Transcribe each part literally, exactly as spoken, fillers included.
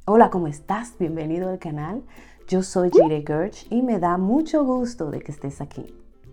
Hola, ¿cómo estás? Bienvenido al canal. Yo soy Jire Gertz y me da mucho gusto de que estés aquí.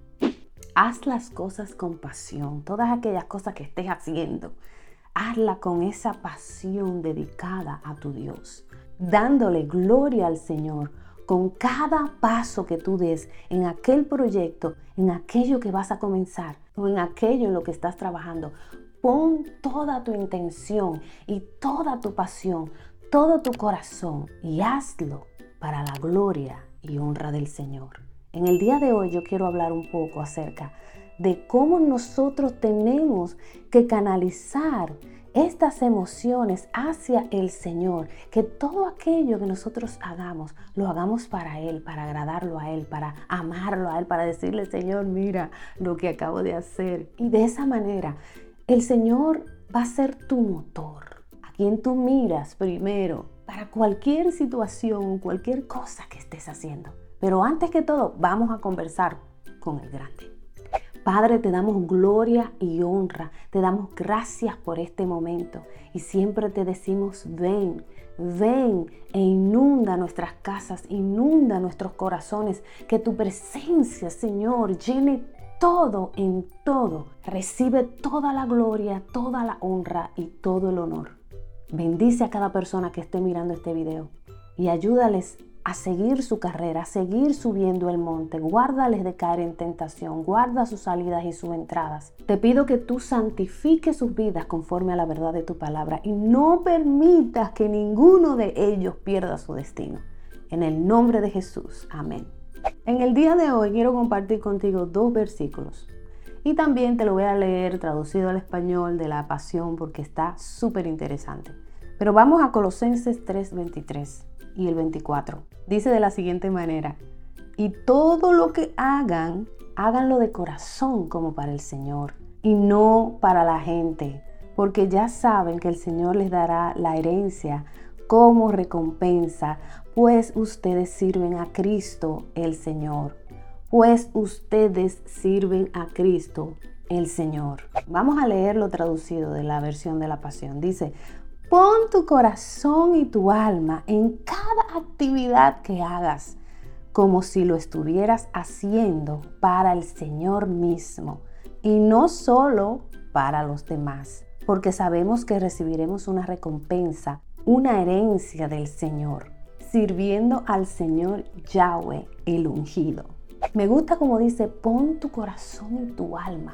Haz las cosas con pasión, todas aquellas cosas que estés haciendo. Hazla con esa pasión dedicada a tu Dios, dándole gloria al Señor con cada paso que tú des en aquel proyecto, en aquello que vas a comenzar o en aquello en lo que estás trabajando. Pon toda tu intención y toda tu pasión, todo tu corazón y hazlo para la gloria y honra del Señor. En el día de hoy yo quiero hablar un poco acerca de cómo nosotros tenemos que canalizar estas emociones hacia el Señor, que todo aquello que nosotros hagamos, lo hagamos para Él, para agradarlo a Él, para amarlo a Él, para decirle, Señor, mira lo que acabo de hacer. Y de esa manera, el Señor va a ser tu motor, a quien tú miras primero para cualquier situación, cualquier cosa que estés haciendo. Pero antes que todo, vamos a conversar con el grande. Padre, te damos gloria y honra, te damos gracias por este momento y siempre te decimos ven, ven e inunda nuestras casas, inunda nuestros corazones, que tu presencia, Señor, llene todo en todo. Recibe toda la gloria, toda la honra y todo el honor. Bendice a cada persona que esté mirando este video y ayúdales a seguir su carrera, a seguir subiendo el monte. Guárdales de caer en tentación, guarda sus salidas y sus entradas. Te pido que tú santifiques sus vidas conforme a la verdad de tu palabra y no permitas que ninguno de ellos pierda su destino. En el nombre de Jesús, amén. En el día de hoy quiero compartir contigo dos versículos y también te lo voy a leer traducido al español de la Pasión porque está súper interesante. Pero vamos a Colosenses tres, veintitrés y el veinticuatro. Dice de la siguiente manera: y todo lo que hagan, háganlo de corazón como para el Señor y no para la gente, porque ya saben que el Señor les dará la herencia como recompensa, pues ustedes sirven a Cristo el Señor. Pues ustedes sirven a Cristo el Señor. Vamos a leerlo traducido de la versión de la Pasión. Dice: pon tu corazón y tu alma en cada actividad que hagas, como si lo estuvieras haciendo para el Señor mismo y no solo para los demás, porque sabemos que recibiremos una recompensa, una herencia del Señor, sirviendo al Señor Yahweh, el ungido. Me gusta como dice, pon tu corazón y tu alma,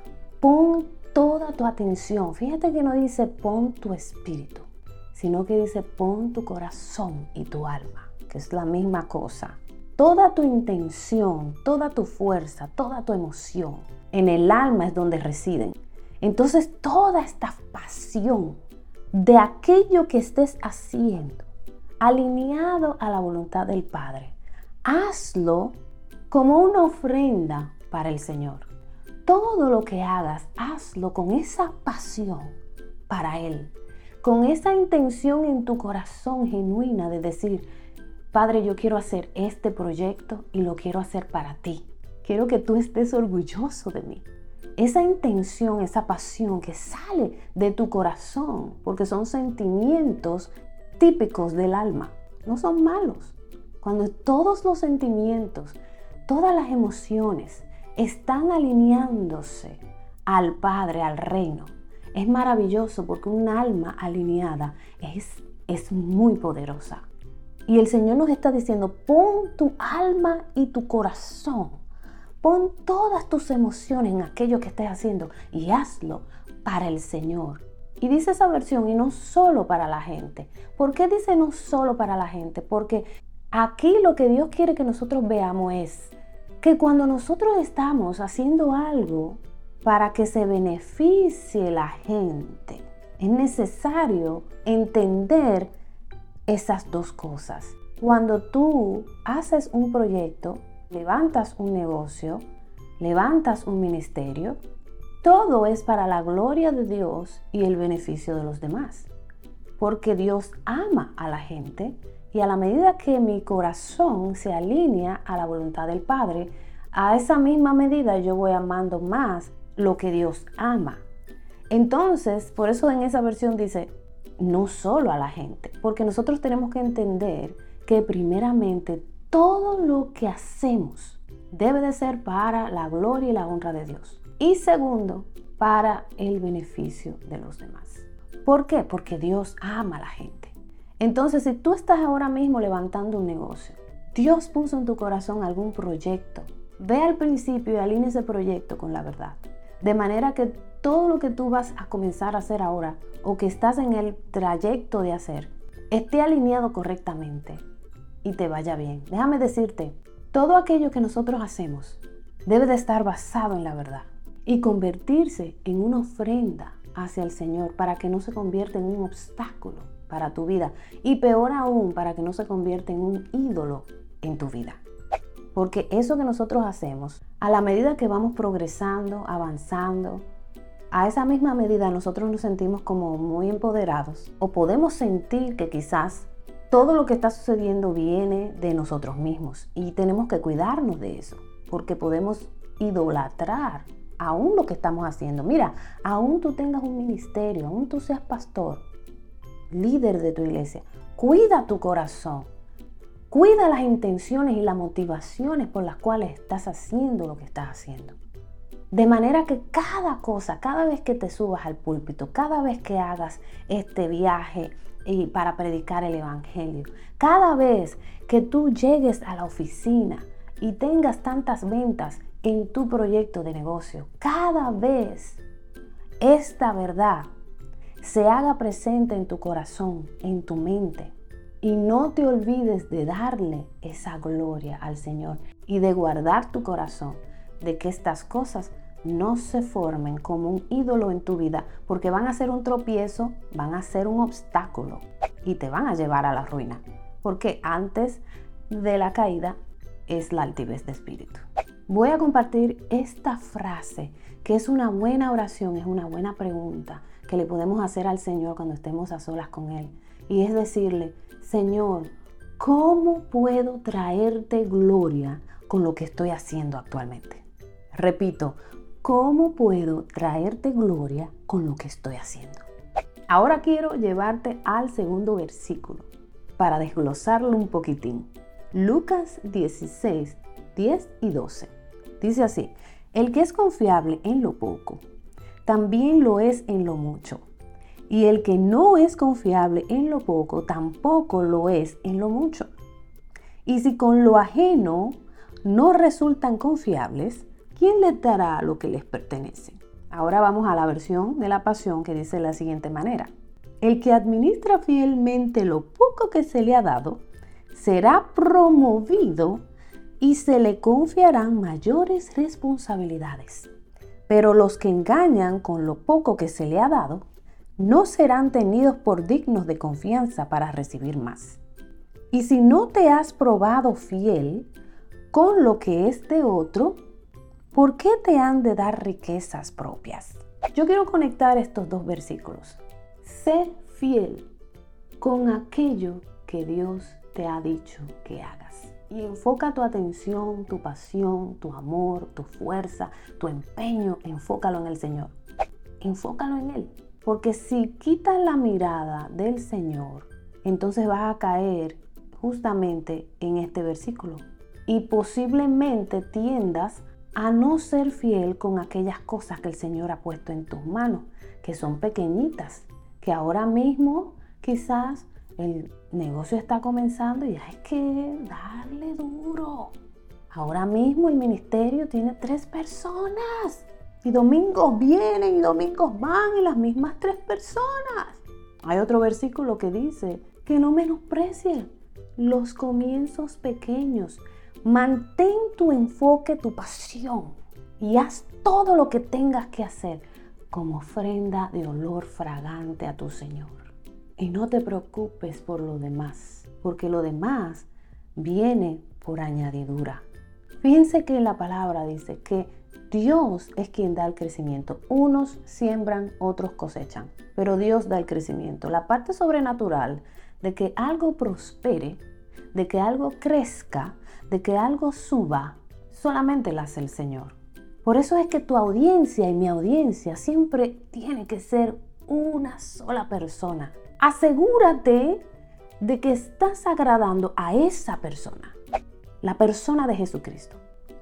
pon toda tu atención. Fíjate que no dice pon tu espíritu, sino que dice pon tu corazón y tu alma, que es la misma cosa. Toda tu intención, toda tu fuerza, toda tu emoción, en el alma es donde residen. Entonces toda esta pasión de aquello que estés haciendo, alineado a la voluntad del Padre, hazlo como una ofrenda para el Señor. Todo lo que hagas, hazlo con esa pasión para Él, con esa intención en tu corazón genuina de decir, Padre, yo quiero hacer este proyecto y lo quiero hacer para ti. Quiero que tú estés orgulloso de mí. Esa intención, esa pasión que sale de tu corazón, porque son sentimientos típicos del alma, no son malos. Cuando todos los sentimientos, todas las emociones están alineándose al Padre, al reino, es maravilloso porque un alma alineada es, es muy poderosa. Y el Señor nos está diciendo, pon tu alma y tu corazón, pon todas tus emociones en aquello que estés haciendo y hazlo para el Señor. Y dice esa versión, y no solo para la gente. ¿Por qué dice no solo para la gente? Porque aquí lo que Dios quiere que nosotros veamos es que cuando nosotros estamos haciendo algo para que se beneficie la gente, es necesario entender esas dos cosas. Cuando tú haces un proyecto, levantas un negocio, levantas un ministerio, todo es para la gloria de Dios y el beneficio de los demás. Porque Dios ama a la gente y a la medida que mi corazón se alinea a la voluntad del Padre, a esa misma medida yo voy amando más lo que Dios ama. Entonces, por eso en esa versión dice, no solo a la gente, porque nosotros tenemos que entender que primeramente todo lo que hacemos debe de ser para la gloria y la honra de Dios. Y segundo, para el beneficio de los demás. ¿Por qué? Porque Dios ama a la gente. Entonces, si tú estás ahora mismo levantando un negocio, Dios puso en tu corazón algún proyecto, ve al principio y alinea ese proyecto con la verdad. De manera que todo lo que tú vas a comenzar a hacer ahora o que estás en el trayecto de hacer, esté alineado correctamente y te vaya bien. Déjame decirte, todo aquello que nosotros hacemos debe de estar basado en la verdad y convertirse en una ofrenda hacia el Señor para que no se convierta en un obstáculo para tu vida y peor aún para que no se convierta en un ídolo en tu vida. Porque eso que nosotros hacemos, a la medida que vamos progresando, avanzando, a esa misma medida nosotros nos sentimos como muy empoderados o podemos sentir que quizás todo lo que está sucediendo viene de nosotros mismos y tenemos que cuidarnos de eso porque podemos idolatrar aún lo que estamos haciendo. Mira, aún tú tengas un ministerio, aún tú seas pastor, líder de tu iglesia, cuida tu corazón, cuida las intenciones y las motivaciones por las cuales estás haciendo lo que estás haciendo. De manera que cada cosa, cada vez que te subas al púlpito, cada vez que hagas este viaje y para predicar el evangelio, cada vez que tú llegues a la oficina y tengas tantas ventas en tu proyecto de negocio, cada vez esta verdad se haga presente en tu corazón, en tu mente. Y no te olvides de darle esa gloria al Señor y de guardar tu corazón de que estas cosas no se formen como un ídolo en tu vida, porque van a ser un tropiezo, van a ser un obstáculo y te van a llevar a la ruina. Porque antes de la caída es la altivez de espíritu. Voy a compartir esta frase que es una buena oración, es una buena pregunta que le podemos hacer al Señor cuando estemos a solas con Él. Y es decirle, Señor, ¿cómo puedo traerte gloria con lo que estoy haciendo actualmente? Repito, ¿cómo puedo traerte gloria con lo que estoy haciendo? Ahora quiero llevarte al segundo versículo para desglosarlo un poquitín. Lucas dieciséis, diez y doce. Dice así, el que es confiable en lo poco, también lo es en lo mucho. Y el que no es confiable en lo poco, tampoco lo es en lo mucho. Y si con lo ajeno no resultan confiables, ¿quién les dará lo que les pertenece? Ahora vamos a la versión de la Pasión que dice de la siguiente manera. El que administra fielmente lo poco que se le ha dado, será promovido y se le confiarán mayores responsabilidades. Pero los que engañan con lo poco que se le ha dado, no serán tenidos por dignos de confianza para recibir más. Y si no te has probado fiel con lo que es de otro, ¿por qué te han de dar riquezas propias? Yo quiero conectar estos dos versículos. Sé fiel con aquello que Dios te ha dicho que hagas. Y enfoca tu atención, tu pasión, tu amor, tu fuerza, tu empeño, enfócalo en el Señor. Enfócalo en Él. Porque si quitas la mirada del Señor, entonces vas a caer justamente en este versículo. Y posiblemente tiendas a no ser fiel con aquellas cosas que el Señor ha puesto en tus manos, que son pequeñitas, que ahora mismo quizás el negocio está comenzando y hay que darle duro. Ahora mismo el ministerio tiene tres personas. Y domingos vienen y domingos van y las mismas tres personas. Hay otro versículo que dice que no menosprecies los comienzos pequeños. Mantén tu enfoque, tu pasión y haz todo lo que tengas que hacer como ofrenda de olor fragante a tu Señor. Y no te preocupes por lo demás, porque lo demás viene por añadidura. Fíjense que la palabra dice que Dios es quien da el crecimiento. Unos siembran, otros cosechan, pero Dios da el crecimiento. La parte sobrenatural de que algo prospere, de que algo crezca, de que algo suba, solamente la hace el Señor. Por eso es que tu audiencia y mi audiencia siempre tiene que ser una sola persona. Asegúrate de que estás agradando a esa persona, la persona de Jesucristo.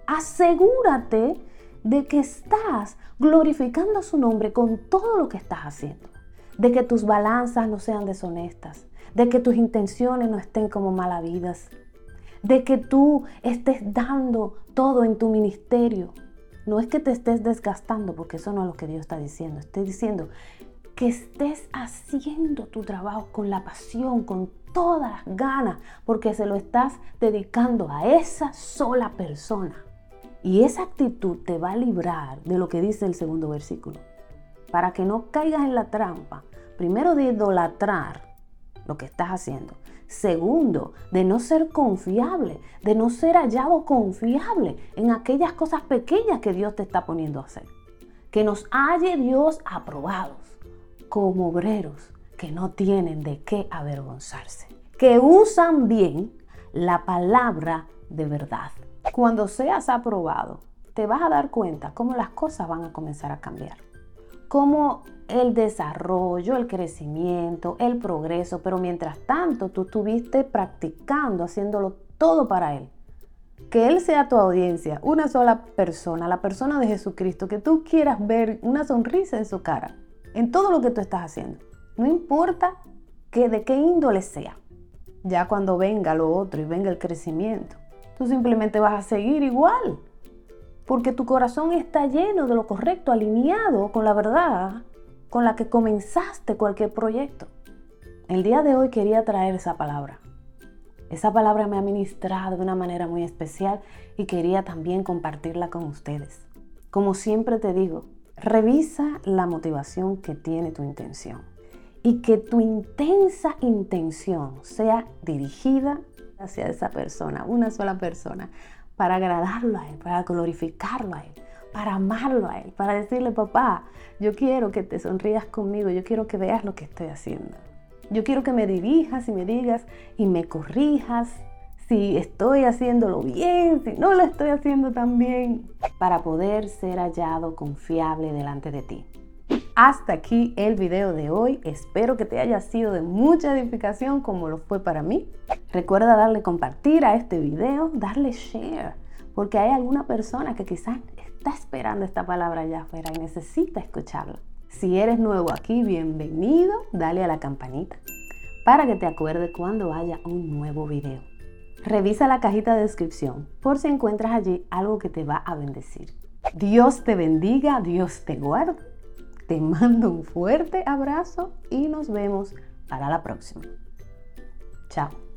Asegúrate de que estás glorificando su nombre con todo lo que estás haciendo, de que tus balanzas no sean deshonestas, de que tus intenciones no estén como malavidas, de que tú estés dando todo en tu ministerio. No es que te estés desgastando, porque eso no es lo que Dios está diciendo. Estoy diciendo que estés haciendo tu trabajo con la pasión, con todas las ganas, porque se lo estás dedicando a esa sola persona. Y esa actitud te va a librar de lo que dice el segundo versículo, para que no caigas en la trampa, primero, de idolatrar lo que estás haciendo. Segundo, de no ser confiable, de no ser hallado confiable en aquellas cosas pequeñas que Dios te está poniendo a hacer. Que nos halle Dios aprobados como obreros que no tienen de qué avergonzarse, que usan bien la palabra de verdad. Cuando seas aprobado, te vas a dar cuenta cómo las cosas van a comenzar a cambiar. Cómo el desarrollo, el crecimiento, el progreso, pero mientras tanto tú estuviste practicando, haciéndolo todo para Él. Que Él sea tu audiencia, una sola persona, la persona de Jesucristo, que tú quieras ver una sonrisa en su cara, en todo lo que tú estás haciendo. No importa que de qué índole sea. Ya cuando venga lo otro y venga el crecimiento, tú simplemente vas a seguir igual, porque tu corazón está lleno de lo correcto, alineado con la verdad con la que comenzaste cualquier proyecto. El día de hoy quería traer esa palabra. Esa palabra me ha ministrado de una manera muy especial y quería también compartirla con ustedes. Como siempre te digo, revisa la motivación que tiene tu intención y que tu intensa intención sea dirigida hacia esa persona, una sola persona, para agradarlo a Él, para glorificarlo a Él, para amarlo a Él, para decirle: papá, yo quiero que te sonrías conmigo, yo quiero que veas lo que estoy haciendo. Yo quiero que me dirijas y me digas y me corrijas si estoy haciéndolo bien, si no lo estoy haciendo tan bien, para poder ser hallado confiable delante de ti. Hasta aquí el video de hoy. Espero que te haya sido de mucha edificación como lo fue para mí. Recuerda darle compartir a este video, darle share, porque hay alguna persona que quizás está esperando esta palabra allá afuera y necesita escucharla. Si eres nuevo aquí, bienvenido. Dale a la campanita para que te acuerdes cuando haya un nuevo video. Revisa la cajita de descripción por si encuentras allí algo que te va a bendecir. Dios te bendiga, Dios te guarde. Te mando un fuerte abrazo y nos vemos para la próxima. Chao.